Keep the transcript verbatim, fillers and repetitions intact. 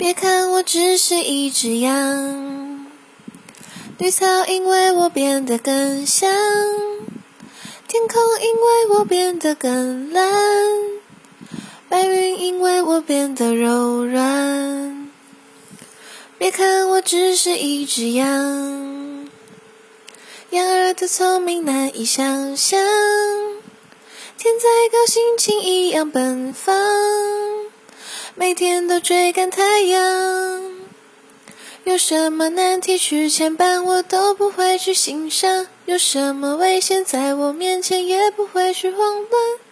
别看我只是一只羊，绿草因为我变得更香，天空因为我变得更蓝，白云因为我变得柔软。别看我只是一只羊，羊儿的聪明难以想象，天再高心情一样奔放，每天都追赶太阳。有什么难题去牵绊我都不会去欣赏，有什么危险在我面前也不会去慌乱。